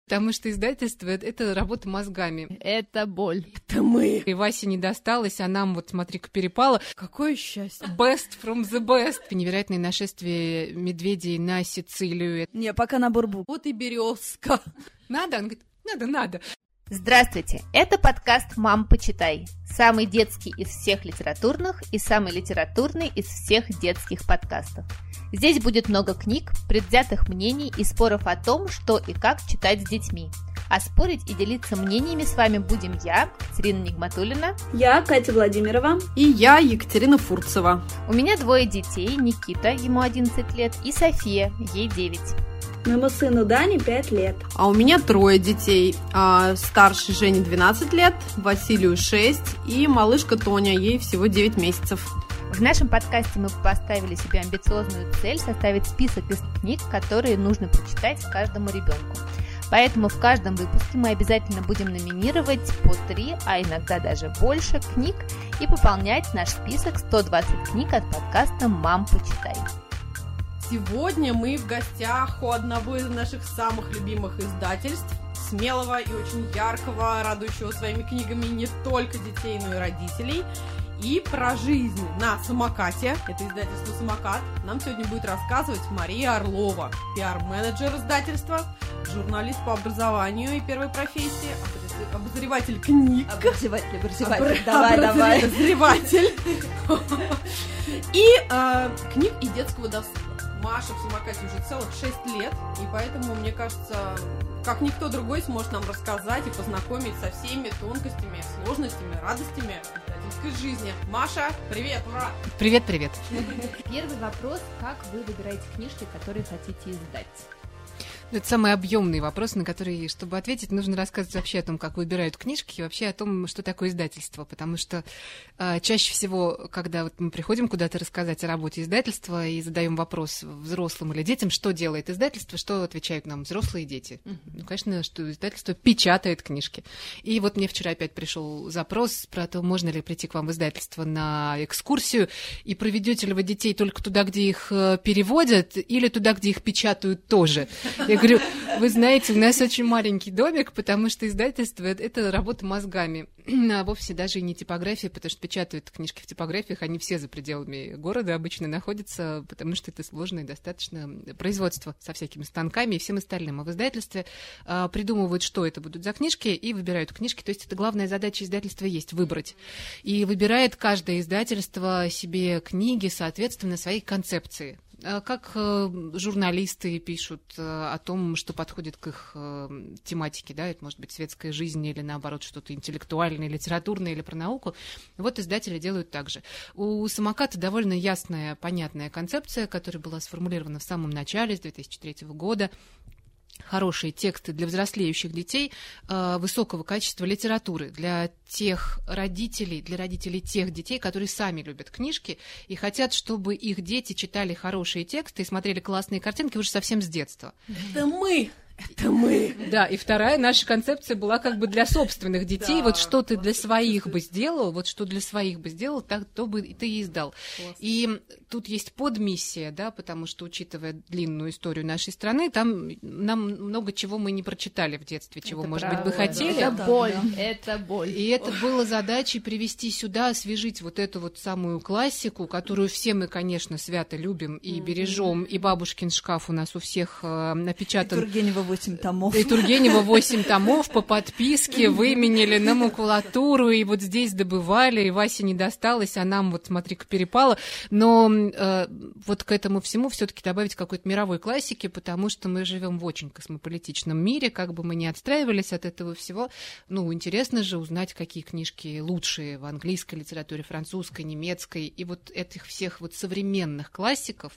Потому что издательство — это работа мозгами. Это боль. Это мы. И Васе не досталось, а нам, вот смотри-ка, перепало. Какое счастье. Best from the best. Невероятное нашествие медведей на Сицилию. Не, пока на Бурбу. Вот и березка. Надо? Он говорит, надо. Здравствуйте, это подкаст «Мам, почитай». Самый детский из всех литературных и самый литературный из всех детских подкастов. Здесь будет много книг, предвзятых мнений и споров о том, что и как читать с детьми. А спорить и делиться мнениями с вами будем я, Катерина Нигматуллина. Я, Катя Владимирова. И я, Екатерина Фурцева. У меня 2 детей, Никита, ему 11 лет, и София, ей 9. Моему сыну Дане 5 лет. А у меня 3 детей. Старший Жене 12 лет, Василию 6 и малышка Тоня, ей всего 9 месяцев. В нашем подкасте мы поставили себе амбициозную цель составить список из книг, которые нужно прочитать каждому ребенку. Поэтому в каждом выпуске мы обязательно будем номинировать по 3, а иногда даже больше книг и пополнять наш список 120 книг от подкаста «Мам, почитай». Сегодня мы в гостях у одного из наших самых любимых издательств, смелого и очень яркого, радующего своими книгами не только детей, но и родителей. И про жизнь на самокате, это издательство «Самокат», нам сегодня будет рассказывать Мария Орлова, пиар-менеджер издательства, журналист по образованию и первой профессии, обозреватель книг. Обозреватель, давай. Обозреватель. И книг и детского досуга. Маша в «Самокате» уже целых 6 лет, и поэтому, мне кажется, как никто другой сможет нам рассказать и познакомить со всеми тонкостями, сложностями, радостями издательской жизни. Маша, привет, ура! Привет. Первый вопрос: как вы выбираете книжки, которые хотите издать? Это самый объемный вопрос, на который, чтобы ответить, нужно рассказывать вообще о том, как выбирают книжки, и вообще о том, что такое издательство. Потому что чаще всего, когда вот мы приходим куда-то рассказать о работе издательства и задаем вопрос взрослым или детям, что делает издательство, что отвечают нам взрослые и дети. Ну, конечно, что издательство печатает книжки. И вот мне вчера опять пришел запрос про то, можно ли прийти к вам в издательство на экскурсию, и проведете ли вы детей только туда, где их переводят, или туда, где их печатают тоже. Я говорю, вы знаете, у нас очень маленький домик, потому что издательство — это работа мозгами, а вовсе даже и не типография, потому что печатают книжки в типографиях, они все за пределами города обычно находятся, потому что это сложное достаточно производство со всякими станками и всем остальным. А в издательстве придумывают, что это будут за книжки, и выбирают книжки. То есть это главная задача издательства есть — выбрать. И выбирает каждое издательство себе книги, соответственно, своей концепции. Как журналисты пишут о том, что подходит к их тематике, да, это может быть светская жизнь или, наоборот, что-то интеллектуальное, литературное или про науку, вот издатели делают так же. У «Самоката» довольно ясная, понятная концепция, которая была сформулирована в самом начале, с 2003 года. Хорошие тексты для взрослеющих детей, высокого качества литературы для тех родителей, для родителей тех детей, которые сами любят книжки и хотят, чтобы их дети читали хорошие тексты и смотрели классные картинки уже совсем с детства. Это мы! Да, и вторая наша концепция была как бы для собственных детей. Да, вот что ты для своих бы сделал, так то бы ты и издал. Класс. И тут есть подмиссия, да, потому что, учитывая длинную историю нашей страны, там нам много чего мы не прочитали в детстве, чего, это может быть, бы хотели. Это боль. И это было задачей привести сюда, освежить вот эту вот самую классику, которую все мы, конечно, свято любим и бережем, и бабушкин шкаф у нас у всех напечатан. Тургенева 8 томов. И Тургенева 8 томов по подписке выменили на макулатуру, и вот здесь добывали, и Васе не досталось, а нам вот, смотри-ка, перепало. Но вот к этому всему все-таки добавить какой-то мировой классики, потому что мы живем в очень космополитичном мире, как бы мы ни отстраивались от этого всего. Ну, интересно же узнать, какие книжки лучшие в английской литературе, французской, немецкой, и вот этих всех вот современных классиков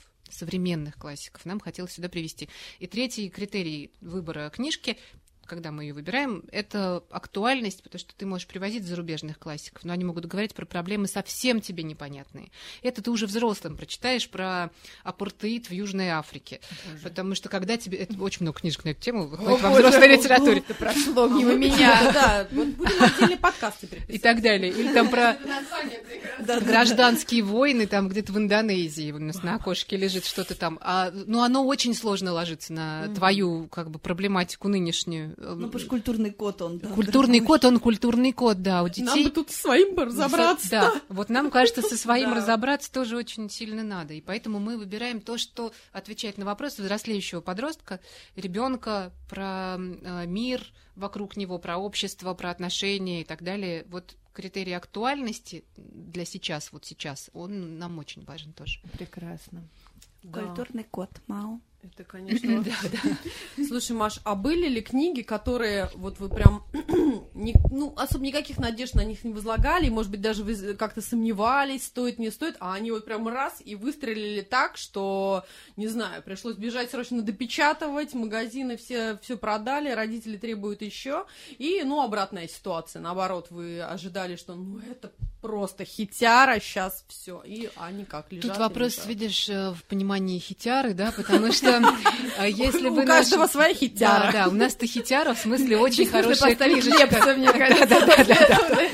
нам хотелось сюда привести. И третий критерий выбора книжки, когда мы ее выбираем, это актуальность, потому что ты можешь привозить зарубежных классиков, но они могут говорить про проблемы совсем тебе непонятные. Это ты уже взрослым прочитаешь про апартеид в Южной Африке. Боже. Потому что когда тебе... Это очень много книжек на эту тему выходит во взрослой литературе. Это прошло мимо меня. Да, будем отдельные подкасты переписывать. И так далее. Или там про гражданские войны, там где-то в Индонезии у нас на окошке лежит что-то там. Но оно очень сложно ложится на твою как бы проблематику нынешнюю. потому что культурный код он. Да, культурный код, да, у детей. Нам бы тут своим разобраться. Да, вот нам кажется, со своим разобраться тоже очень сильно надо. И поэтому мы выбираем то, что отвечает на вопросы взрослеющего подростка, ребенка, про мир вокруг него, про общество, про отношения и так далее. Вот критерий актуальности для сейчас, он нам очень важен тоже. Прекрасно. Культурный код, МАУ. Это, конечно, да. Слушай, Маш, а были ли книги, которые вот вы прям, особо никаких надежд на них не возлагали, может быть, даже вы как-то сомневались, стоит, не стоит, а они вот прям раз и выстрелили так, что, не знаю, пришлось бежать срочно допечатывать, магазины все продали, родители требуют еще, и, обратная ситуация, наоборот, вы ожидали, что, это просто хитяра, сейчас все, и они как лежат. Тут вопрос, видишь, в понимании хитяры, да, потому что если вы... У каждого своя хитяра. Да, у нас-то хитяра, в смысле, очень хорошая книжечка. Лепса, мне кажется.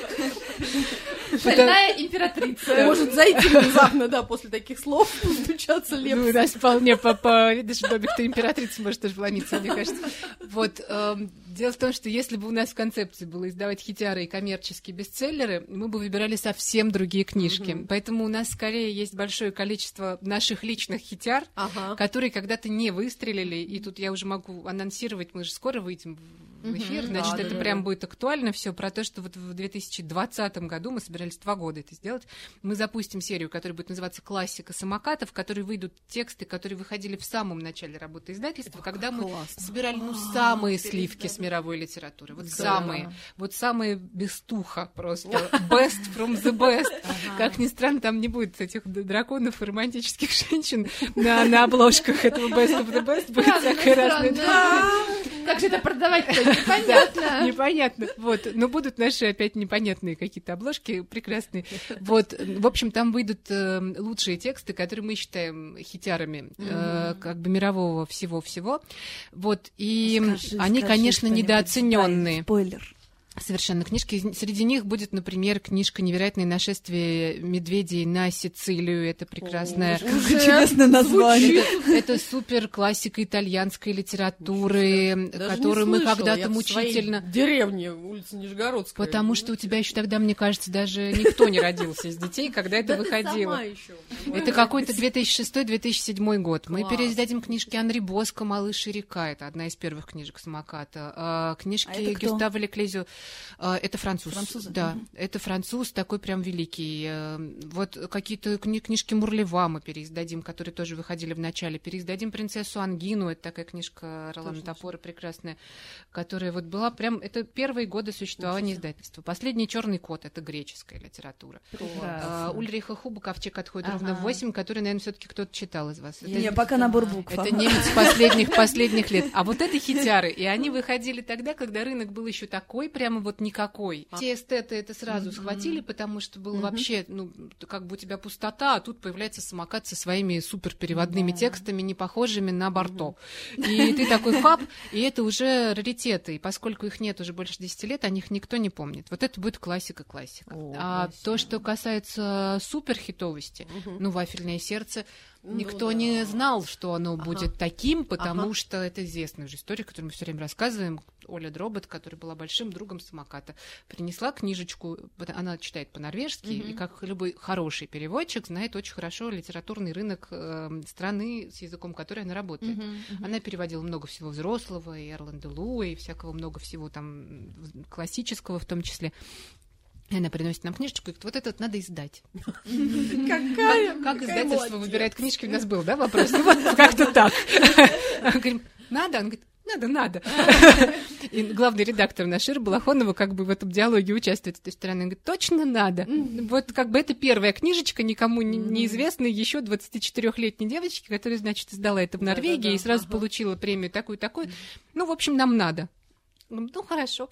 Шальная императрица. Может зайти внезапно, да, после таких слов, стучаться Лепс. У нас вполне, видишь, домик-то императрицы может тоже вломиться, мне кажется. Вот, дело в том, что если бы у нас в концепции было издавать хитяры и коммерческие бестселлеры, мы бы выбирали совсем другие книжки. Поэтому у нас скорее есть большое количество наших личных хитяр, которые когда-то не выстрелили, и тут я уже могу анонсировать, мы же скоро выйдем в эфир, значит, это прям будет актуально все про то, что вот в 2020 году мы собирались 2 года это сделать. Мы запустим серию, которая будет называться «Классика самокатов», в которой выйдут тексты, которые выходили в самом начале работы издательства, когда мы собирали самые сливки с мировой литературы. Вот самые бестуха просто. Best from the best. Как ни странно, там не будет этих драконов и романтических женщин на обложках этого Best of the Best. Будет всякое разное. Как же это продавать-то? Непонятно. Непонятно. Вот. Но будут наши опять непонятные какие-то обложки, прекрасные. Вот. В общем, там выйдут лучшие тексты, которые мы считаем хитярами как бы мирового всего-всего. Вот. И они, конечно, недооцененные. Спойлер. Совершенно книжки. Среди них будет, например, книжка «Невероятное нашествие медведей на Сицилию». Это прекрасная... Чудесное название. Это супер классика итальянской литературы, которую мы когда-то мучительно... В деревне, улица Нижегородская. Потому что у тебя еще тогда, мне кажется, даже никто не родился из детей, когда это выходило. Это какой-то 2006-2007 год. Мы переиздадим книжки Анри Боско «Малыш и река». Это одна из первых книжек самоката. Книжки Гюстава Леклезио. Это француз. Французы? Да, это француз, такой прям великий. Вот какие-то книжки Мурлева мы переиздадим, которые тоже выходили в начале. Переиздадим «Принцессу Ангину», это такая книжка Ролана Топора прекрасная, которая вот была прям... Это первые годы существования издательства. «Последний черный кот» — это греческая литература. Ульриха Хуба «Ковчег отходит ровно в 8», который, наверное, все-таки кто-то читал из вас. Не, пока набор букв. Это немец последних лет. А вот это хитяры. И они выходили тогда, когда рынок был еще такой, прямо вот никакой. Те эстеты это сразу схватили, потому что было вообще, как бы у тебя пустота, а тут появляется самокат со своими суперпереводными текстами, не похожими на Барто. И ты такой хап, и это уже раритеты. И поскольку их нет уже больше 10 лет, о них никто не помнит. Вот это будет классика. А то, что касается суперхитовости, «Вафельное сердце», никто не знал, что оно будет таким, потому что это известная уже история, которую мы все время рассказываем. Оля Дробот, которая была большим другом самоката, принесла книжечку, она читает по-норвежски, и как любой хороший переводчик знает очень хорошо литературный рынок страны, с языком которой она работает. Она переводила много всего взрослого, и Эрлан Делу, и всякого много всего там классического в том числе. И она приносит нам книжечку и говорит, вот это надо издать. Как издательство выбирает книжки? У нас был, да, вопрос? Вот как-то так. Говорим, надо? Он говорит, надо. И главный редактор наш Ира Балахонова как бы в этом диалоге участвует с той стороны. Он говорит, точно надо. Вот как бы это первая книжечка, никому неизвестной еще 24-летней девочки, которая, значит, издала это в Норвегии и сразу получила премию такую-такую. В общем, нам надо. Хорошо.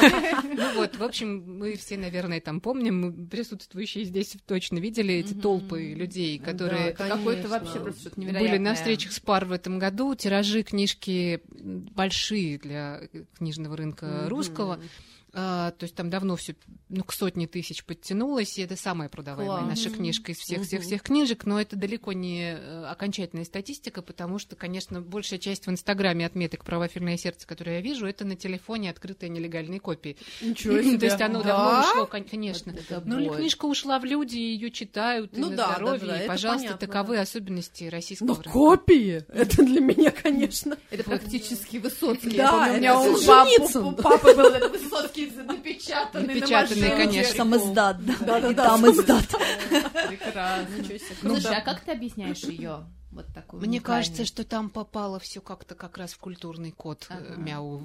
В общем, мы все, наверное, там помним, присутствующие здесь точно видели эти толпы людей, которые какое-то вообще просто что-то невероятное. Были на встречах с ПАР в этом году. Тиражи книжки большие для книжного рынка русского. То есть там давно все к 100 тысяч подтянулось, и это самая продаваемая наша книжка из всех книжек, но это далеко не окончательная статистика, потому что, конечно, большая часть в Инстаграме отметок про «Вафельное сердце», которые я вижу, это на телефоне открытые нелегальные копии. Ничего себе. То есть оно давно ушло, конечно. Ну, книжка ушла в люди, ее читают, и на здоровье, и, пожалуйста, таковы особенности российского рынка. Копии? Это для меня, конечно. Это практически Высоцкий. Да, у меня у папы был этот Высоцкий напечатанный на машине. Конечно. Там издат, да. Да. Там издат. Прекрасно. Слушай, а как ты объясняешь ее? Вот такую Мне уникальную? кажется, что там попало все как-то как раз в культурный код мяу.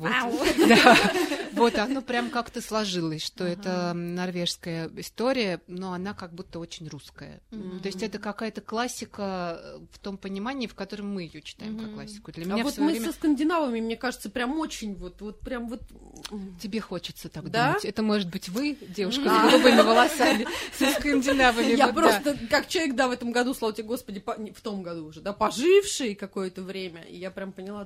Вот оно прям как-то сложилось, что это норвежская история, но она как будто очень русская. То есть это какая-то классика в том понимании, в котором мы ее читаем как классику. Для меня вот мы со скандинавами, мне кажется, прям очень прям. Тебе хочется так Да? думать. Это может быть вы, девушка с голубыми волосами, со скандинавами. Я просто, как человек, в этом году, слава тебе Господи, в том году уже, поживший какое-то время, и я прям поняла,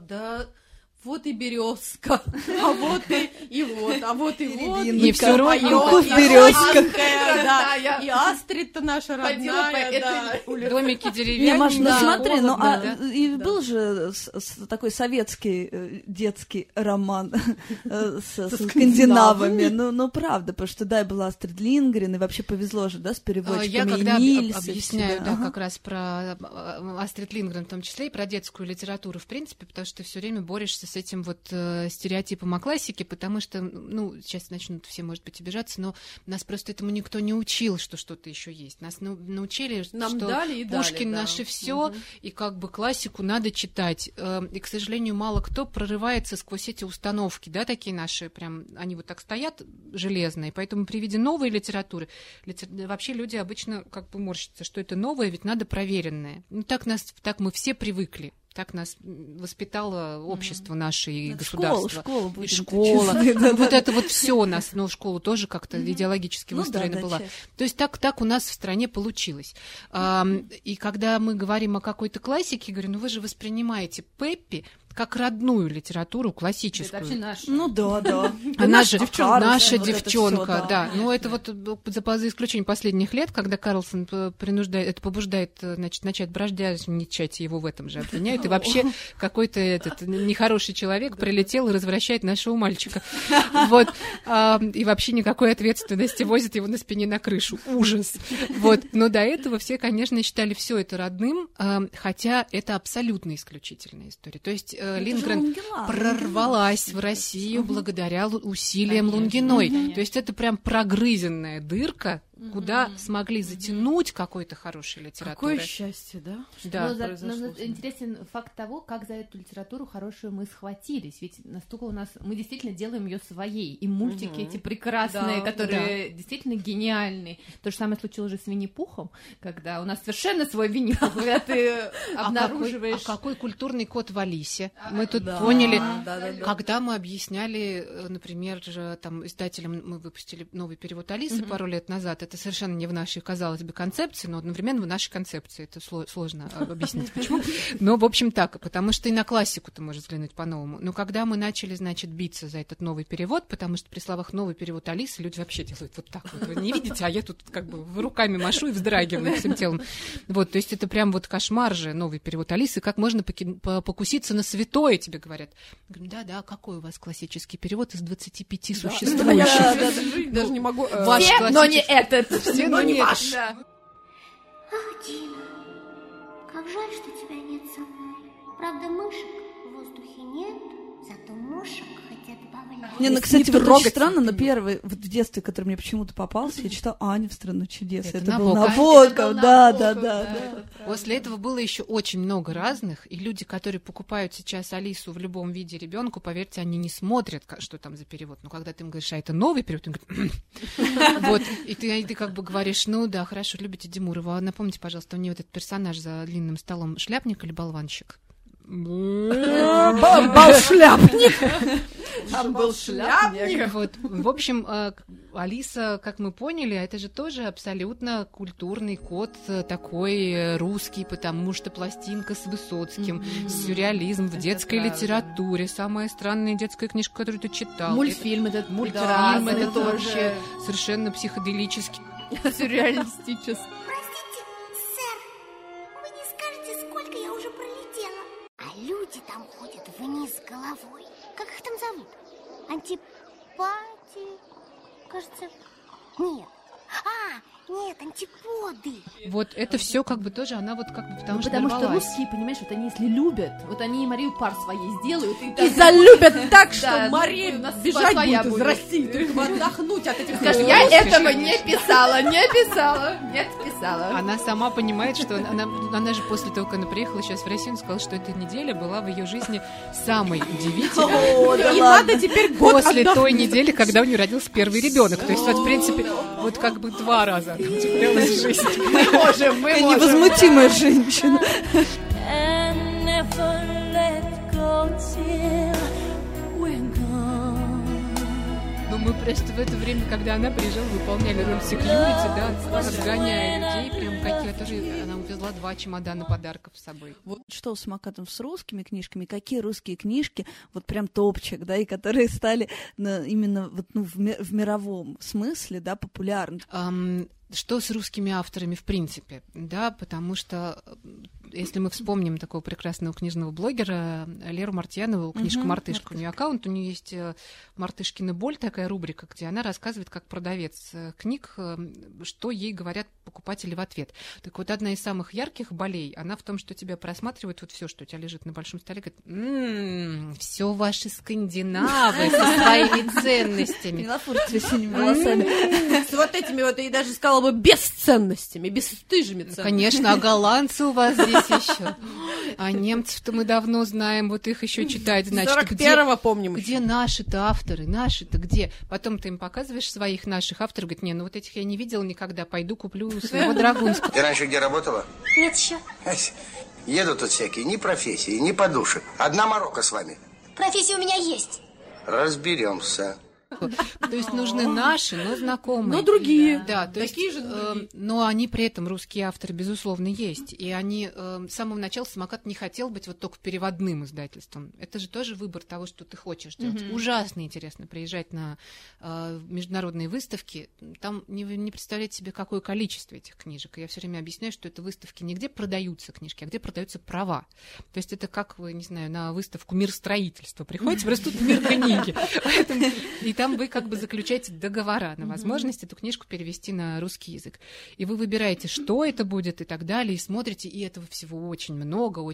вот и березка, а вот и вот, а вот и вот. И все ровненько в березках. Да, и Астрид-то наша родная, домики Не, деревянные. Маш, ну смотри, и Да. был же такой советский детский роман со скандинавами. Ну, правда, потому что, и была Астрид Лингрен, и вообще повезло же, с переводчиками. Я когда Нильс, объясняю, как раз про Астрид Лингрен в том числе, и про детскую литературу в принципе, потому что ты все время борешься с этим стереотипом о классике, потому что, сейчас начнут все, может быть, обижаться, но нас просто этому никто не учил, что что-то еще есть. Нас научили, Нам что дали и Пушкин дали, наше все, и как бы классику надо читать. И, к сожалению, мало кто прорывается сквозь эти установки, такие наши, прям, они вот так стоят железные, поэтому при виде новой литературы вообще люди обычно как бы морщатся, что это новое, ведь надо проверенное. Так мы все привыкли. Так нас воспитало общество наше и государство. Школа. Вот это вот все у нас, школа тоже как-то идеологически выстроена была. То есть так у нас в стране получилось. И когда мы говорим о какой-то классике, говорю, вы же воспринимаете Пеппи как родную литературу классическую. Это вообще наша. Ну да. Она же наша вот девчонка, это всё, да. Ну, это вот за исключением последних лет, когда Карлсон побуждает, начать брождяжничать, его в этом же обвиняют, и вообще какой-то нехороший человек прилетел и развращает нашего мальчика. Вот. И вообще никакой ответственности, возит его на спине на крышу. Ужас. Вот. Но до этого все, конечно, считали все это родным, хотя это абсолютно исключительная история. То есть Лингрен прорвалась в Россию благодаря усилиям Лунгиной. То есть это прям прогрызенная дырка, куда смогли затянуть какой-то хорошей литературы. Какое счастье, да? Да. Но интересен факт того, как за эту литературу хорошую мы схватились. Ведь настолько мы действительно делаем ее своей. И мультики эти прекрасные, которые действительно гениальные. То же самое случилось же с Винни-Пухом, когда у нас совершенно свой Винни-Пух, когда ты обнаруживаешь... А какой культурный код в Алисе? Мы тут поняли, когда мы объясняли, например, там издателям, мы выпустили новый перевод Алисы пару лет назад. Это совершенно не в нашей, казалось бы, концепции, но одновременно в нашей концепции. Это сложно объяснить, почему. Но, в общем, так, потому что и на классику ты можешь взглянуть по-новому. Но когда мы начали, биться за этот новый перевод, потому что при словах «новый перевод Алисы» люди вообще делают вот так вот. Вы не видите, а я тут как бы руками машу и вздрагиваю всем телом. Вот, то есть это прям вот кошмар же, новый перевод Алисы. Как можно покуситься на святое, тебе говорят. Говорю, да, какой у вас классический перевод из 25 существующих? Я даже не могу... Но не этот. Все, но не ваш. Ах, Дина, как жаль, что тебя нет со мной. Правда, мышек в воздухе нет, зато мушек хотя добавляют. Кстати, вот очень странно, но первый в детстве, который мне почему-то попался, я читала «Аня в страну чудес». Это был Набоков, да. После этого было еще очень много разных, и люди, которые покупают сейчас Алису в любом виде ребенку, поверьте, они не смотрят, что там за перевод. Но когда ты им говоришь, а это новый перевод, он говорит, вот, и ты как бы говоришь, да, хорошо, любите Демурова. Напомните, пожалуйста, у нее этот персонаж за длинным столом шляпник или болванщик? Был шляпник. Вот. В общем, Алиса, как мы поняли, это же тоже абсолютно культурный код такой русский, потому что пластинка с Высоцким, сюрреализм в детской литературе, самая странная детская книжка, которую ты читал. Мультфильм этот вообще совершенно психоделический. Сюрреалистический. Простите, сэр, вы не скажете, сколько я уже пролетела? А люди там ходят вниз головой. Как их там зовут? Антипати... Кажется... Нет. Нет, антиподы. Вот это все как бы тоже, она вот как бы потому что Потому что русские, понимаешь, вот они если любят, вот они Марию пар своей сделают И залюбят так, что Да, Мария у нас бежать своя будет из будет. России, только бы отдохнуть от этих... Скажешь, Ну, я русских, этого конечно. не писала. Нет, писала. Она сама понимает, что она же после того, как она приехала сейчас в Россию, она сказала, что эта неделя была в ее жизни самой удивительной. О, да И ладно. надо теперь год После той отдохнуть. недели, когда у нее родился первый ребенок. То есть, вот, в принципе, вот как бы 2 раза она удивлялась жизни. Какая невозмутимая женщина. Но мы просто в это время, когда она приезжала, выполняли роль секьюрити, да, отгоняя людей, прям какие тоже. Она увезла 2 чемодана подарков с собой. Вот что с самокатом, с русскими книжками, какие русские книжки, вот прям топчик, да, и которые стали именно вот, в мировом смысле, да, популярны. Что с русскими авторами в принципе, да, потому что если мы вспомним такого прекрасного книжного блогера Леру Мартьянову, книжка «Мартышка», у нее аккаунт, у нее есть «Мартышкина боль», такая рубрика, где она рассказывает, как продавец книг, что ей говорят покупатели в ответ. Так вот, одна из самых ярких болей, она в том, что тебя просматривают, вот все, что у тебя лежит на большом столе, говорит, все ваши скандинавы со своими ценностями. Пенофорт с синими волосами. С вот этими вот, и даже сказала бы, бесценностями, бесстыжими ценностями. Конечно, а голландцы у вас здесь еще. А немцев-то мы давно знаем, вот их еще читать, значит, 41-го помним. где наши-то авторы, наши-то где? Потом ты им показываешь своих наших авторов, говорит, не, ну вот этих я не видела никогда, пойду куплю своего Драгунского. Ты раньше где работала? Нет еще. Едут тут всякие, ни профессии, ни подушек. Одна морока с вами. Профессия у меня есть. Разберемся. То есть нужны наши, но знакомые. Но другие. Да, то Такие есть, же другие. но они при этом, русские авторы, безусловно, есть. И они с самого начала «Самокат» не хотел быть вот только переводным издательством. Это же тоже выбор того, что ты хочешь делать. Ужасно интересно приезжать на международные выставки. Там не представляете себе, какое количество этих книжек. И я все время объясняю, что это выставки не где продаются книжки, а где продаются права. То есть это как вы, не знаю, на выставку «Мирстроительство» приходите, просто тут мир книги. И там вы как бы заключаете договора на возможность эту книжку перевести на русский язык. И вы выбираете, что это будет и так далее, и смотрите, и этого всего очень много,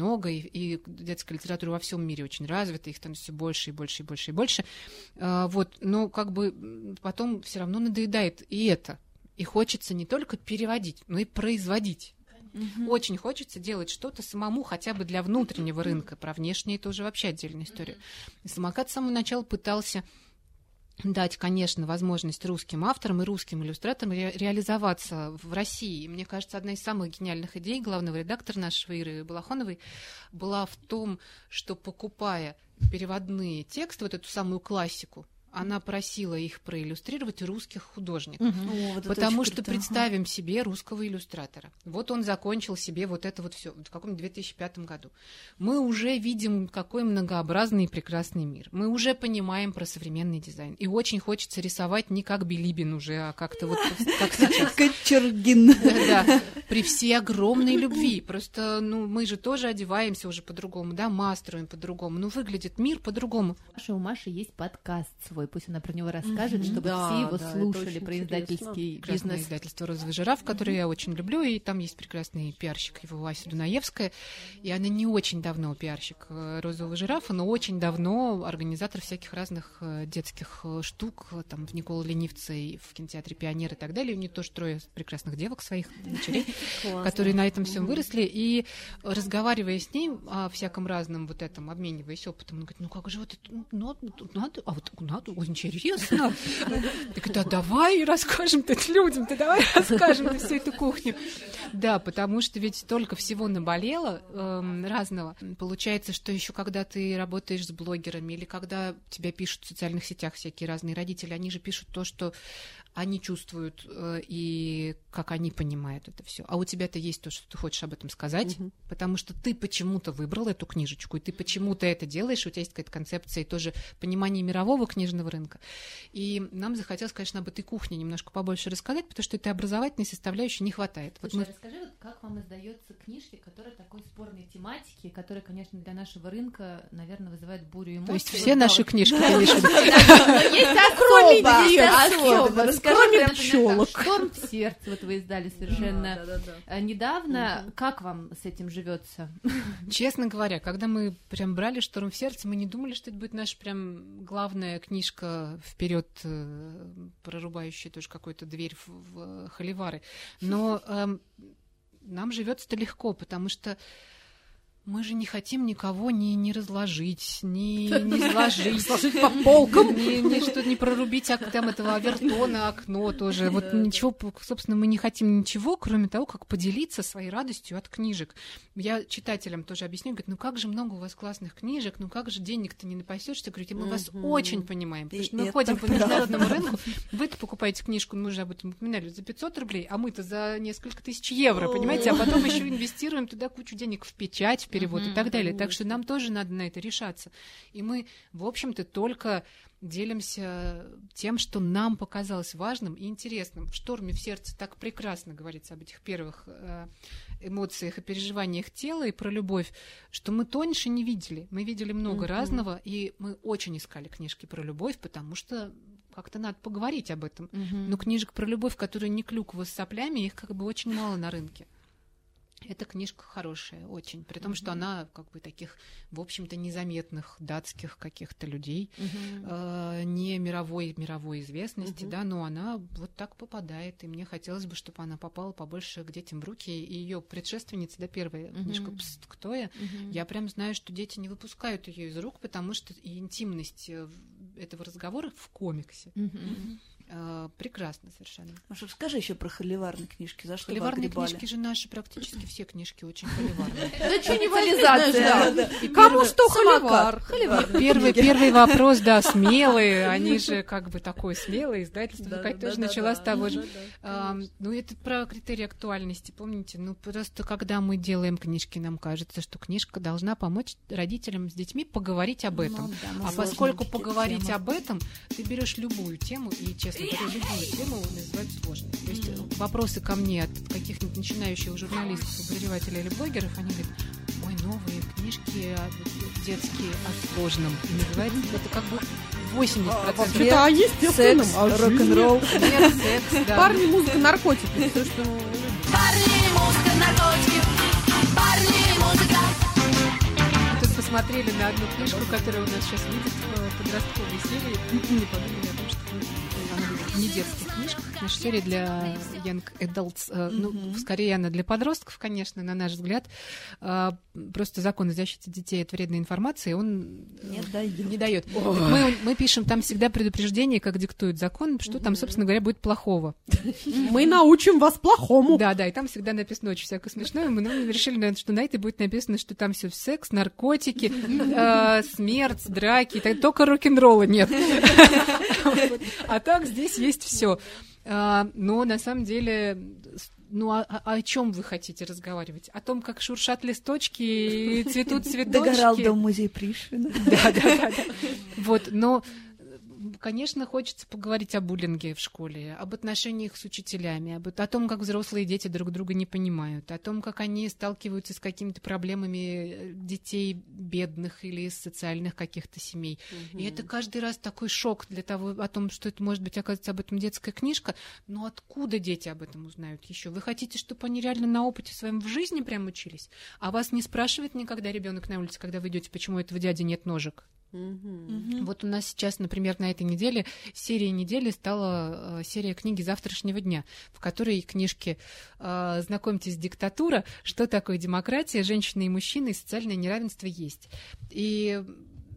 и детская литература во всем мире очень развита, их там все больше и больше и больше и больше. Вот, но как бы потом все равно надоедает и это. И хочется не только переводить, но и производить. Очень хочется делать что-то самому, хотя бы для внутреннего рынка. Про внешнее это уже вообще отдельная история. И «Самокат» с самого начала пытался дать, конечно, возможность русским авторам и русским иллюстраторам реализоваться в России. И мне кажется, одна из самых гениальных идей главного редактора нашего Иры Балахоновой была в том, что, покупая переводные тексты, вот эту самую классику, она просила их проиллюстрировать русских художников. Потому что представим себе русского иллюстратора. Вот он закончил себе вот это вот все в каком-то 2005 году. Мы уже видим, какой многообразный и прекрасный мир. Мы уже понимаем про современный дизайн. И очень хочется рисовать не как Билибин уже, а как-то вот как сейчас. Кочергин. Да, при всей огромной любви. Просто, мы же тоже одеваемся уже по-другому, да, маструем по-другому. Выглядит мир по-другому. У Маши есть подкаст свой, пусть она про него расскажет, чтобы все его слушали, про издательский Прекрасное бизнес. издательство «Розовый жираф», которое я очень люблю, и там есть прекрасный пиарщик его Ася Дунаевская, и она не очень давно пиарщик «Розового жирафа», но очень давно организатор всяких разных детских штук, там в Никола Ленивце и в кинотеатре «Пионер» и так далее. У нее тоже 3 прекрасных девок своих дочерей, которые на этом всем выросли, и разговаривая с ней о всяком разном вот этом, обмениваясь опытом, он говорит, как же вот это, надо, интересно. Так да, давай расскажем людям, давай расскажем всю эту кухню. Да, потому что ведь столько всего наболело разного. Получается, что еще когда ты работаешь с блогерами или когда тебя пишут в социальных сетях всякие разные родители, они же пишут то, что они чувствуют и как они понимают это все. А у тебя-то есть то, что ты хочешь об этом сказать, потому что ты почему-то выбрал эту книжечку, и ты почему-то это делаешь, у тебя есть какая-то концепция и тоже понимание мирового книжного рынка. И нам захотелось, конечно, об этой кухне немножко побольше рассказать, потому что этой образовательной составляющей не хватает. Слушай, расскажи, как вам издаются книжки, которые такой спорной тематики, которые, конечно, для нашего рынка, наверное, вызывают бурю эмоций. То есть все наши книжки, конечно. Есть особо. Кроме пчелок. «Шторм в сердце» вот вы издали совершенно недавно. Как вам с этим живется? Честно говоря, когда мы прям брали «Шторм в сердце», мы не думали, что это будет наша прям главная книжка вперед, прорубающая тоже какую-то дверь в холивары. Но нам живется-то легко, потому что мы же не хотим никого не разложить, не сложить. Сложить по полкам. Не прорубить там этого Авертона окно тоже. Вот ничего, собственно, мы не хотим ничего, кроме того, как поделиться своей радостью от книжек. Я читателям тоже объясню, говорю, как же много у вас классных книжек, как же денег-то не напасешься. Говорю, мы вас очень понимаем, потому что мы ходим по международному рынку, вы-то покупаете книжку, мы уже об этом упоминали, за 500 рублей, а мы-то за несколько тысяч евро, понимаете, а потом еще инвестируем туда кучу денег в печать, перевод и так далее. Так что нам тоже надо на это решаться. И мы, в общем-то, только делимся тем, что нам показалось важным и интересным. В «Шторме в сердце» так прекрасно говорится об этих первых эмоциях и переживаниях тела и про любовь, что мы тоньше не видели. Мы видели много разного, и мы очень искали книжки про любовь, потому что как-то надо поговорить об этом. Но книжек про любовь, которые не клюква с соплями, их как бы очень мало на рынке. Эта книжка хорошая, очень, при том, что она как бы таких, в общем-то, незаметных датских каких-то людей, не мировой известности, да, но она вот так попадает, и мне хотелось бы, чтобы она попала побольше к детям в руки, и ее предшественница, да, первая книжка «Пст, кто я?», я прям знаю, что дети не выпускают ее из рук, потому что и интимность этого разговора в комиксе. Прекрасно совершенно. Маша, скажи еще про холиварные книжки. За что холиварные вы огребали? Книжки же наши, практически все книжки очень холиварные. Да что невализация? Кому что холивар? Первый вопрос, да, смелые. Они же как бы такое смелое издательство. Катя тоже начала с того же. Ну, это про критерии актуальности. Помните? Ну, просто когда мы делаем книжки, нам кажется, что книжка должна помочь родителям с детьми поговорить об этом. А поскольку поговорить об этом, ты берешь любую тему и, честно, любую тему называют сложной. То есть вопросы ко мне от каких-нибудь начинающих журналистов, обозревателей или блогеров, они говорят, ой, новые книжки детские о сложном. И называется это как бы 80%. Это естественно. Секс, рок-н-ролл. Нет, секс, да. Парни, музыка, наркотики. Все, что... Парни, музыка, наркотики. Парни, музыка. Мы тут посмотрели на одну книжку, которая у нас сейчас видит в подростковой серии. Не подумали о том, что она выйдет не детских книжках. Наша серия для young adults. Ну, скорее она для подростков, конечно, на наш взгляд. Просто закон о защите детей от вредной информации, он не дает. Мы пишем там всегда предупреждение, как диктует закон, что там, собственно говоря, будет плохого. Мы научим вас плохому. Да, и там всегда написано очень всякое смешное. Мы решили, наверное, что на этой будет написано, что там все секс, наркотики, смерть, драки, только рок-н-ролла нет. А так здесь есть все. Но на самом деле, о чем вы хотите разговаривать? О том, как шуршат листочки и цветут цветочки. Догорал дом-музей Пришвина. Да. Вот, но, конечно, хочется поговорить о буллинге в школе, об отношениях с учителями, о том, как взрослые дети друг друга не понимают, о том, как они сталкиваются с какими-то проблемами детей бедных или из социальных каких-то семей. И это каждый раз такой шок для того, о том, что это может быть, оказывается, об этом детская книжка. Но откуда дети об этом узнают еще? Вы хотите, чтобы они реально на опыте своем в жизни прям учились? А вас не спрашивает никогда ребенок на улице, когда вы идете, почему у этого дяди нет ножек? Вот у нас сейчас, например, на этой неделе серией недели стала серия книги завтрашнего дня, в которой книжки «Знакомьтесь, диктатура», «Что такое демократия», «Женщины и мужчины» и «Социальное неравенство» есть. И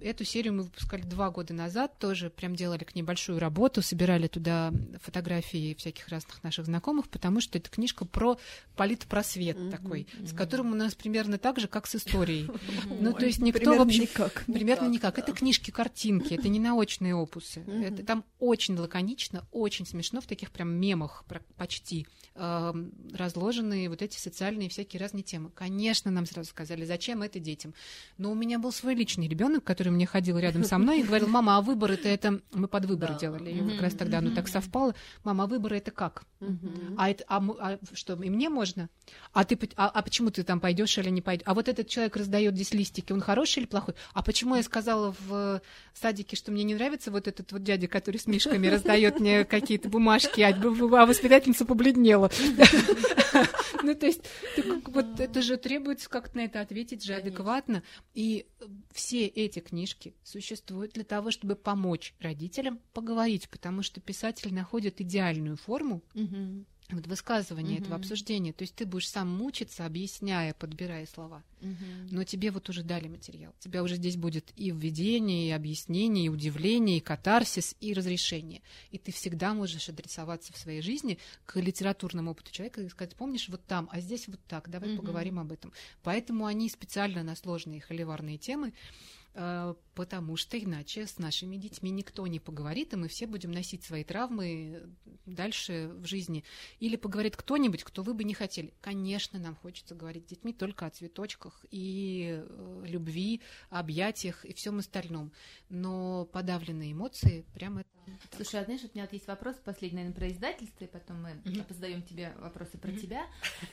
эту серию мы выпускали 2 года назад, тоже прям делали к ней большую работу, собирали туда фотографии всяких разных наших знакомых, потому что это книжка про политпросвет такой, с которым у нас примерно так же, как с историей. Ну, то есть никто вообще... Примерно никак. Это книжки-картинки, это не научные опусы. Это там очень лаконично, очень смешно, в таких прям мемах почти разложены вот эти социальные всякие разные темы. Конечно, нам сразу сказали, зачем это детям. Но у меня был свой личный ребенок, который мне ходил рядом со мной и говорил: мама, а выборы-то это... Мы под выборы делали, и как раз тогда оно так совпало. Мама, а выборы это как? А что, и мне можно? А почему ты там пойдешь или не пойдешь? А вот этот человек раздает здесь листики, он хороший или плохой? А почему я сказала в садике, что мне не нравится вот этот вот дядя, который с мишками раздает мне какие-то бумажки, а воспитательница побледнела? Ну, то есть, вот это же требуется как-то на это ответить же адекватно. И все эти книжки существуют для того, чтобы помочь родителям поговорить, потому что писатель находит идеальную форму вот высказывания этого обсуждения. То есть ты будешь сам мучиться, объясняя, подбирая слова. Но тебе вот уже дали материал. У тебя уже здесь будет и введение, и объяснение, и удивление, и катарсис, и разрешение. И ты всегда можешь адресоваться в своей жизни к литературному опыту человека и сказать: помнишь, вот там, а здесь вот так, давай поговорим об этом. Поэтому они специально на сложные холиварные темы, потому что иначе с нашими детьми никто не поговорит, и мы все будем носить свои травмы дальше в жизни. Или поговорит кто-нибудь, кто вы бы не хотели. Конечно, нам хочется говорить с детьми только о цветочках и любви, объятиях и всем остальном. Но подавленные эмоции прямо это... Слушай, а знаешь, у меня вот есть вопрос последний, наверное, про издательство, и потом мы позадаем тебе вопросы про тебя.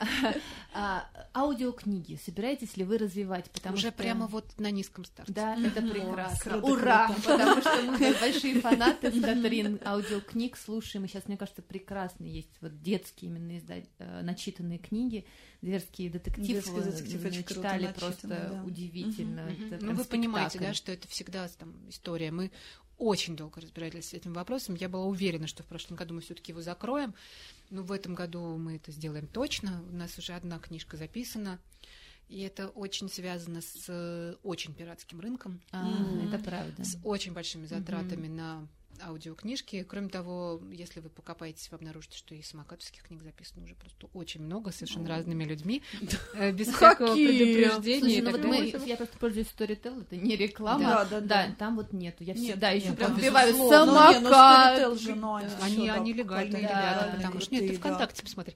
Аудиокниги собираетесь ли вы развивать? Уже прямо вот на низком старте. Да, это прекрасно. Ура! Потому что мы большие фанаты с Катрин аудиокниг слушаем. И сейчас, мне кажется, прекрасно есть вот детские именно начитанные книги. Дверские детективы читали просто удивительно. Ну, вы понимаете, да, что это всегда там история. Мы очень долго разбирались с этим вопросом. Я была уверена, что в прошлом году мы все-таки его закроем. Но в этом году мы это сделаем точно. У нас уже одна книжка записана. И это очень связано с очень пиратским рынком. Это правда. С очень большими затратами на аудиокнижки. Кроме того, если вы покопаетесь, вы обнаружите, что и самокатовских книг записано уже просто очень много, совершенно разными людьми, без всякого предупреждения. Слушай, я просто пользуюсь Storytel, это не реклама. Да, там вот нету. Я всегда еще прям вбиваю самокат. Они легальные ребята, потому что... Нет, ты ВКонтакте посмотри.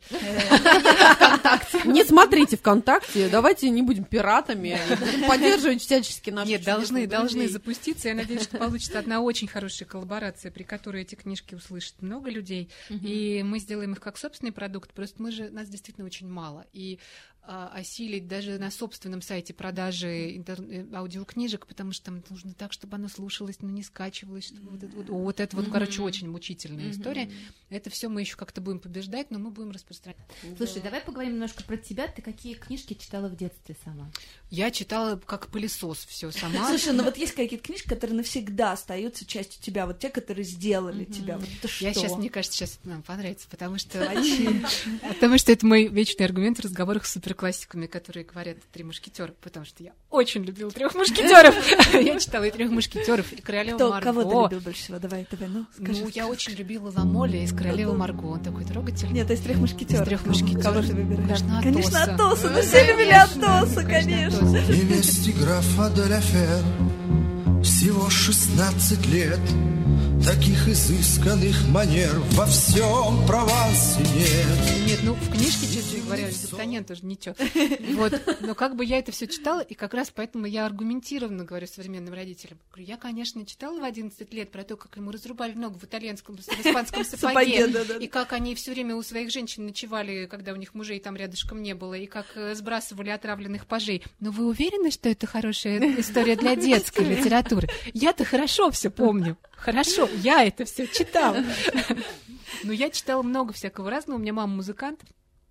Не смотрите ВКонтакте, давайте не будем пиратами, будем поддерживать всячески наши... Нет, должны запуститься. Я надеюсь, что получится одна очень хорошая коллаборация, при которой эти книжки услышат много людей, и мы сделаем их как собственный продукт, просто нас действительно очень мало, и осилить даже на собственном сайте продажи аудиокнижек, потому что там нужно так, чтобы оно слушалось, но не скачивалось, вот это вот, короче, очень мучительная история. Это все мы еще как-то будем побеждать, но мы будем распространять. Слушай, давай поговорим немножко про тебя. Ты какие книжки читала в детстве сама? Я читала как пылесос все сама. Слушай, ну вот есть какие-то книжки, которые навсегда остаются частью тебя, вот те, которые сделали тебя. Вот это что? Я сейчас, мне кажется, сейчас это нам понравится, потому что это мой вечный аргумент в разговорах с суперклассиками, которые говорят «Три мушкетера», потому что я очень любила «Трех мушкетеров». Я читала и «Трех мушкетеров», и «Королеву Марго». Кого ты любил больше всего? Давай, ну, скажи. Ну, я очень любила Ламоля из «Королевы Марго». Он такой трогательный. Нет, из «Трех мушкетеров». Из «Трех мушкетеров». Кого ты выбираешь? Конечно, Атоса. Ну, все любили Атоса, конечно. Невесте графа де ла Фер всего 16 лет. Таких изысканных манер во всем Провансе нет. Нет, ну в книжке, честно говоря, Д'Артаньян тоже ничего. Вот, но как бы я это все читала, и как раз поэтому я аргументированно говорю современным родителям. Говорю, я, конечно, читала в 11 лет про то, как ему разрубали ногу в итальянском, в испанском сапоге, и как они все время у своих женщин ночевали, когда у них мужей там рядышком не было, и как сбрасывали отравленных пажей. Но вы уверены, что это хорошая история для детской литературы? Я-то хорошо все помню. Хорошо, я это все читала. Но я читала много всякого разного. У меня мама музыкант,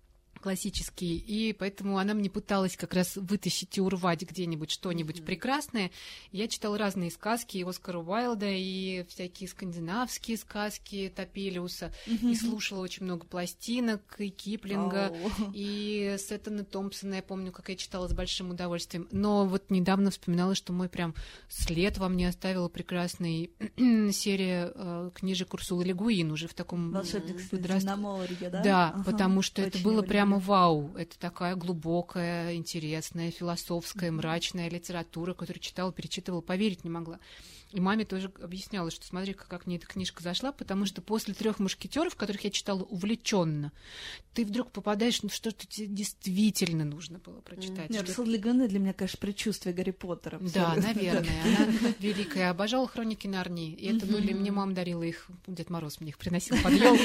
классический, и поэтому она мне пыталась как раз вытащить и урвать где-нибудь что-нибудь прекрасное. Я читала разные сказки, и Оскара Уайлда, и всякие скандинавские сказки Топелиуса, и слушала очень много пластинок, и Киплинга, и Сеттона Томпсона, я помню, как я читала с большим удовольствием. Но вот недавно вспоминала, что мой прям след во мне оставила прекрасная серия книжек Урсулы Ле Гуин уже в таком «Волшебник да? Да, потому что это было прямо вау. Это такая глубокая, интересная, философская, мрачная литература, которую читала, перечитывала, поверить не могла. И маме тоже объясняла, что смотри, как мне эта книжка зашла, потому что после «Трех мушкетеров», которых я читала увлеченно, ты вдруг попадаешь в что-то тебе действительно нужно было прочитать. Урсула Ле Гуин для меня, конечно, предчувствие Гарри Поттера. Да, наверное. Она великая. Обожала «Хроники Нарнии». И это были, мне мама дарила их, Дед Мороз мне их приносил под ёлку.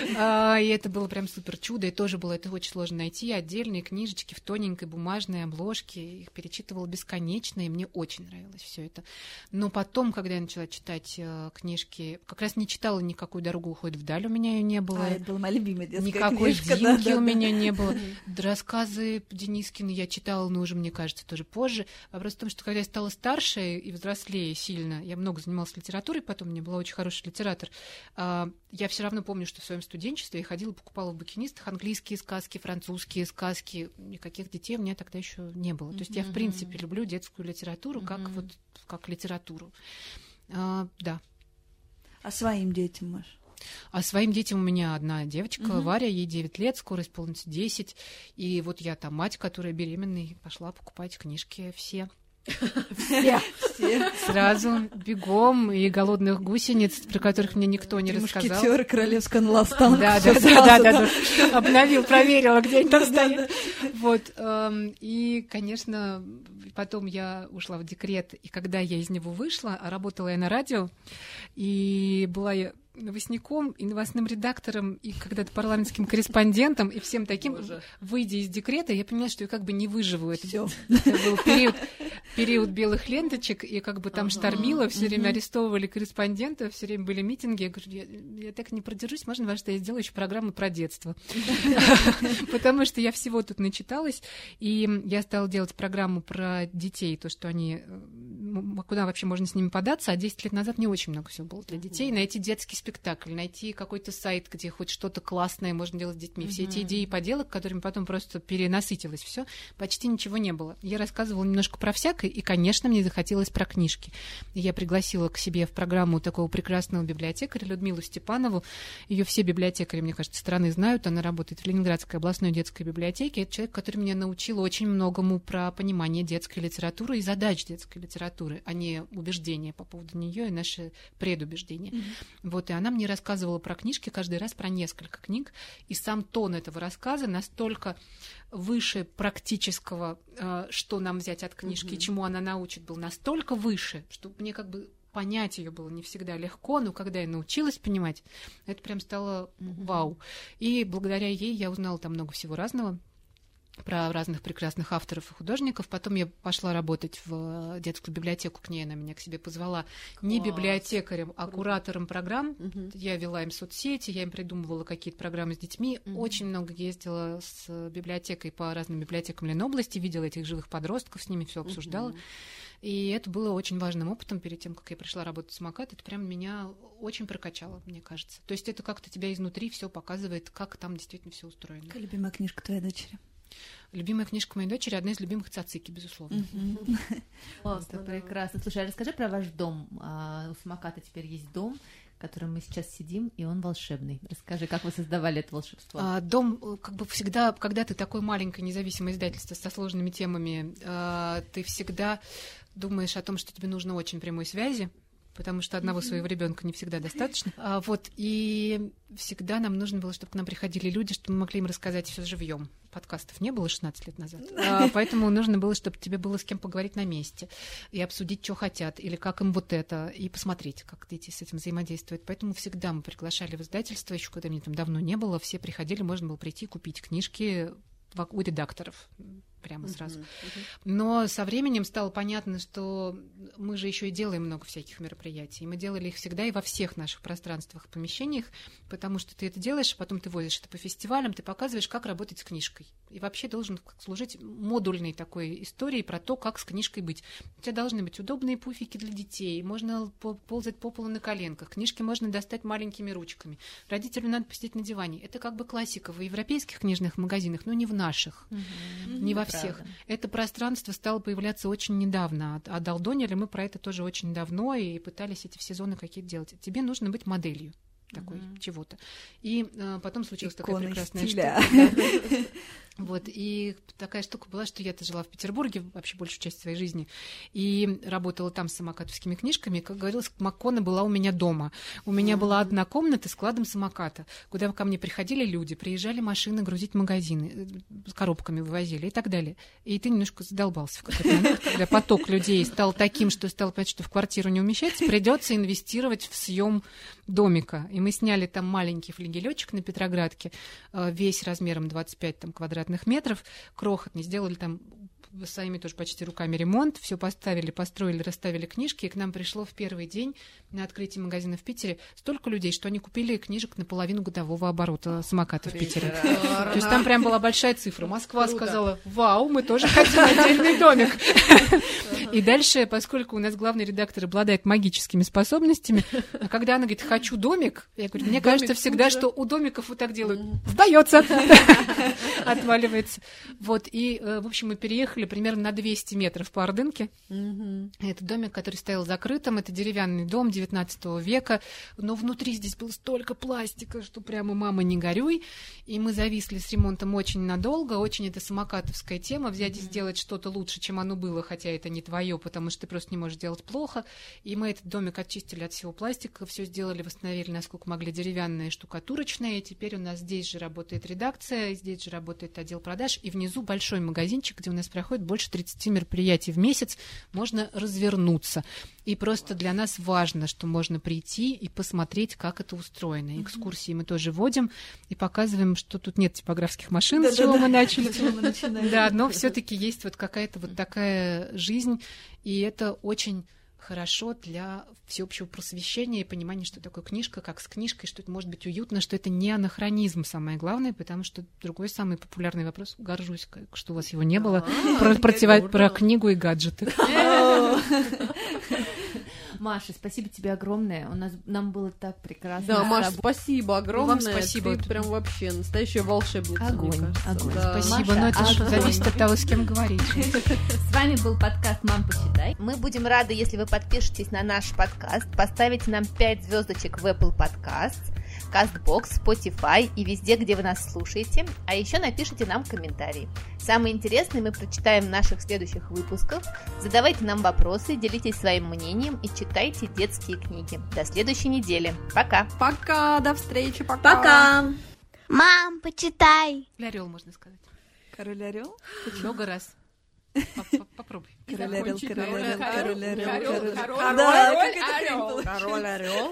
И это было прям супер чудо. И тоже было это очень сложно найти. Отдельные книжечки в тоненькой бумажной обложке. Их перечитывала бесконечно, и мне очень нравилось все это. Но потом, когда я начала читать книжки, как раз не читала никакую «Дорогу уходит вдаль», у меня ее не было. Это была моя любимая детская никакой книжка. Динки у меня не было. Рассказы Денискины я читала, но уже, мне кажется, тоже позже. Вопрос в том, что когда я стала старше и взрослее сильно, я много занималась литературой, потом у меня была очень хороший литератор, я все равно помню, что в своем студенчестве я ходила, покупала в букинистах английские сказки, французские сказки. Никаких детей у меня тогда еще не было. То есть я, в принципе, люблю детскую литературу как литературу. Да. А своим детям, Маш? А своим детям у меня одна девочка, Варя, ей 9 лет, скоро исполнится 10. И вот я та мать, которая беременная, пошла покупать книжки все. Все. Сразу бегом, и «Голодных гусениц», про которых мне никто не рассказал. «Мушкетеры», «Королевская Наластанка». Да. Обновил, проверила, где они там стоят. Вот. И, конечно, потом я ушла в декрет, и когда я из него вышла, работала я на радио, и была я новостником и новостным редактором, и когда-то парламентским корреспондентом, и всем таким, выйдя из декрета, я поняла, что я как бы не выживу. Это был период белых ленточек, и как бы там штормило, все время арестовывали корреспондента, все время были митинги. Я говорю, я так не продержусь, можно, что я сделаю еще программу про детство? Потому что я всего тут начиталась, и я стала делать программу про детей, то, что они... Куда вообще можно с ними податься, а 10 лет назад не очень много всего было для детей. Найти детский спектакль, найти какой-то сайт, где хоть что-то классное можно делать с детьми. Все эти идеи поделок, которыми потом просто перенасытилось все, почти ничего не было. Я рассказывала немножко про всякое, и, конечно, мне захотелось про книжки. И я пригласила к себе в программу такого прекрасного библиотекаря Людмилу Степанову. Ее все библиотекари, мне кажется, страны знают. Она работает в Ленинградской областной детской библиотеке. Это человек, который меня научил очень многому про понимание детской литературы и задач детской литературы, а не убеждения по поводу нее и наши предубеждения. Вот, и она мне рассказывала про книжки, каждый раз про несколько книг, и сам тон этого рассказа настолько выше практического, что нам взять от книжки, и чему она научит, был настолько выше, что мне как бы понять ее было не всегда легко, но когда я научилась понимать, это прям стало вау. И благодаря ей я узнала там много всего разного, про разных прекрасных авторов и художников. Потом я пошла работать в детскую библиотеку, к ней она меня к себе позвала. Не библиотекарем, а куратором программ. Я вела им соцсети, я им придумывала какие-то программы с детьми. Очень много ездила с библиотекой по разным библиотекам Ленобласти, видела этих живых подростков, с ними все обсуждала. И это было очень важным опытом перед тем, как я пришла работать в «Самокат». Это прям меня очень прокачало, мне кажется. То есть это как-то тебя изнутри все показывает, как там действительно все устроено. Какая любимая книжка твоей дочери? Любимая книжка моей дочери, одна из любимых «Цацики», безусловно. Это прекрасно. Слушай, а расскажи про ваш дом. У «Самоката» теперь есть дом, в котором мы сейчас сидим, и он волшебный. Расскажи, как вы создавали это волшебство? Дом, как бы всегда, когда ты такое маленькое независимое издательство со сложными темами, ты всегда думаешь о том, что тебе нужно очень прямой связи, потому что одного своего ребенка не всегда достаточно. Вот, и всегда нам нужно было, чтобы к нам приходили люди, чтобы мы могли им рассказать все живьем. Подкастов не было 16 лет назад, поэтому нужно было, чтобы тебе было с кем поговорить на месте и обсудить, что хотят, или как им вот это, и посмотреть, как дети с этим взаимодействуют. Поэтому всегда мы приглашали в издательство, еще когда меня там давно не было, все приходили, можно было прийти купить книжки у редакторов. прямо сразу. Но со временем стало понятно, что мы же еще и делаем много всяких мероприятий. Мы делали их всегда и во всех наших пространствах, помещениях, потому что ты это делаешь, а потом ты возишь это по фестивалям, ты показываешь, как работать с книжкой. И вообще должен служить модульной такой историей про то, как с книжкой быть. У тебя должны быть удобные пуфики для детей, можно ползать по полу на коленках, книжки можно достать маленькими ручками. Родителю надо посидеть на диване. Это как бы классика в европейских книжных магазинах, но не в наших, не во всех. Это пространство стало появляться очень недавно, а долдонили мы про это тоже очень давно и пытались эти все зоны какие-то делать. Тебе нужно быть моделью такой чего-то. И потом случилась такая прекрасная штука. Вот, и такая штука была, что я-то жила в Петербурге вообще большую часть своей жизни, и работала там с самокатовскими книжками. Как говорилось, Маккона была у меня дома. У меня была одна комната с складом самоката, куда ко мне приходили люди, приезжали машины грузить магазины, с коробками вывозили и так далее. И ты немножко задолбался в какой-то момент, когда поток людей стал таким, что стал понять, что в квартиру не умещается, придется инвестировать в съем домика. И мы сняли там маленький флигелечек на Петроградке, весь размером 25 там, квадратных метров, крохотный, сделали там своими тоже почти руками ремонт, все поставили, построили, расставили книжки, и к нам пришло в первый день на открытии магазина в Питере столько людей, что они купили книжек на половину годового оборота самоката в Питере. То есть там прям была большая цифра. Москва сказала: вау, мы тоже хотим отдельный домик. И дальше, поскольку у нас главный редактор обладает магическими способностями, а когда она говорит: хочу домик, я говорю: мне кажется всегда, что у домиков вот так делают. Сдается. Отваливается. Вот, и, в общем, мы переехали примерно на 200 метров по Ордынке. Это домик, который стоял закрытым, это деревянный дом 19 века, но внутри здесь было столько пластика, что прямо мама не горюй. И мы зависли с ремонтом очень надолго, очень это самокатовская тема, взять и сделать что-то лучше, чем оно было, хотя это не твое, потому что ты просто не можешь делать плохо. И мы этот домик очистили от всего пластика, все сделали, восстановили, насколько могли, деревянное, штукатурочное, и теперь у нас здесь же работает редакция, здесь же работает отдел продаж, и внизу большой магазинчик, где у нас проходит больше 30 мероприятий в месяц, можно развернуться. И просто для нас важно, что можно прийти и посмотреть, как это устроено. Экскурсии мы тоже водим и показываем, что тут нет типографских машин, с чего мы начали. Да, но все-таки есть вот какая-то вот такая жизнь, и это очень хорошо для всеобщего просвещения и понимания, что такое книжка, как с книжкой, что это может быть уютно, что это не анахронизм, самое главное, потому что другой самый популярный вопрос, горжусь, что у вас его не было, про книгу и гаджеты. Маша, спасибо тебе огромное. Нам было так прекрасно. Да, Маша, спасибо огромное. Вам спасибо. Ты прям вообще настоящая волшебница. Огонь. Да. Спасибо, но это же зависит от того, с кем говорить. С вами был подкаст «Мам, почитай». Мы будем рады, если вы подпишетесь на наш подкаст, поставите нам 5 звездочек в Apple Podcasts, CastBox, Spotify и везде, где вы нас слушаете, а еще напишите нам комментарии. Самые интересные мы прочитаем в наших следующих выпусках. Задавайте нам вопросы, делитесь своим мнением и читайте детские книги. До следующей недели. Пока! Пока, до встречи, Пока! Мам, почитай. Орел, можно сказать. Король-орел? Много раз. Попробуй. Король-орел, король-орел, король-орел. Король-орел.